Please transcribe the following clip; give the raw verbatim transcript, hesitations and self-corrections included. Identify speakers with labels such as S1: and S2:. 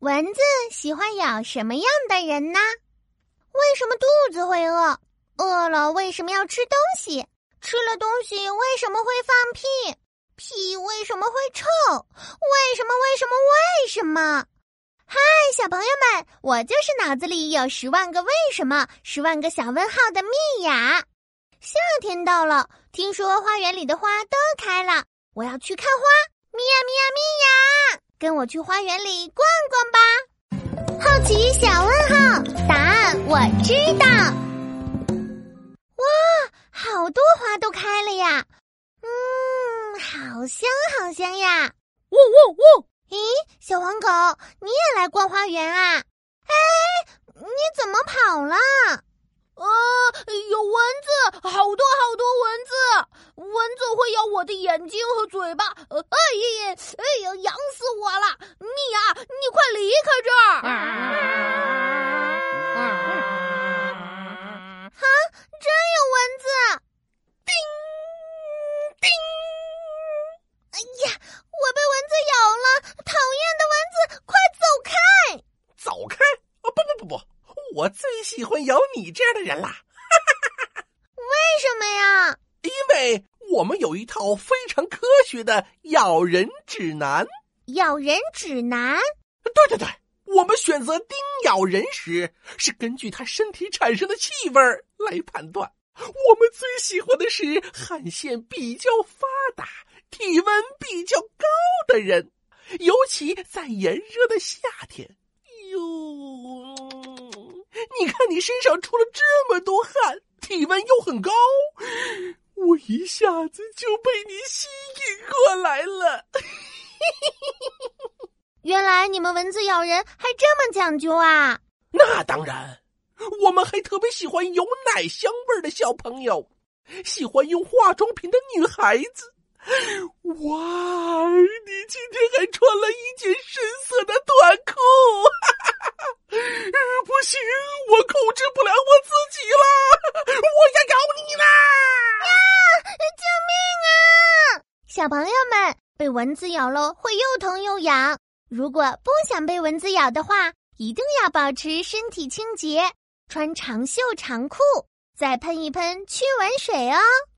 S1: 蚊子喜欢咬什么样的人呢？为什么肚子会饿？饿了为什么要吃东西？吃了东西为什么会放屁？屁为什么会臭？为什么为什么为什么？嗨，小朋友们，我就是脑子里有十万个为什么，十万个小问号的蜜雅。夏天到了，听说花园里的花都开了，我要去看花。蜜雅蜜雅蜜雅，跟我去花园里逛逛吧。好奇小问号，答案我知道。哇，好多花都开了呀！嗯，好香好香呀！
S2: 喔喔喔！
S1: 咦，小黄狗，你也来逛花园啊？哎，你怎么跑了？
S2: 啊，有蚊子，好多好多蚊子！蚊子会咬我的眼睛和嘴巴，呃、哎呀，哎呀，痒死我了！蜜雅，你快离开这儿！
S1: 啊，真有蚊子！叮叮！哎呀，我被蚊子咬了！讨厌的蚊子，快走开！
S3: 走开！哦，不不不不！我最喜欢咬你这样的人啦！
S1: 为什么呀？
S3: 因为我们有一套非常科学的咬人指南。
S1: 咬人指南？
S3: 对对对，我们选择叮咬人时，是根据他身体产生的气味来判断。我们最喜欢的是汗腺比较发达、体温比较高的人，尤其在炎热的夏天。哟，你看你身上出了这么多汗，体温又很高，我一下子就被你吸引过来了。
S1: 原来你们蚊子咬人还这么讲究啊！
S3: 那当然，我们还特别喜欢有奶香味的小朋友，喜欢用化妆品的女孩子。哇，你今天还穿了一件深色的短裤。不行，我控制不了我自己了，我要咬你啦！
S1: 呀，救命啊！小朋友们，被蚊子咬了会又疼又痒，如果不想被蚊子咬的话，一定要保持身体清洁，穿长袖长裤，再喷一喷驱蚊水哦。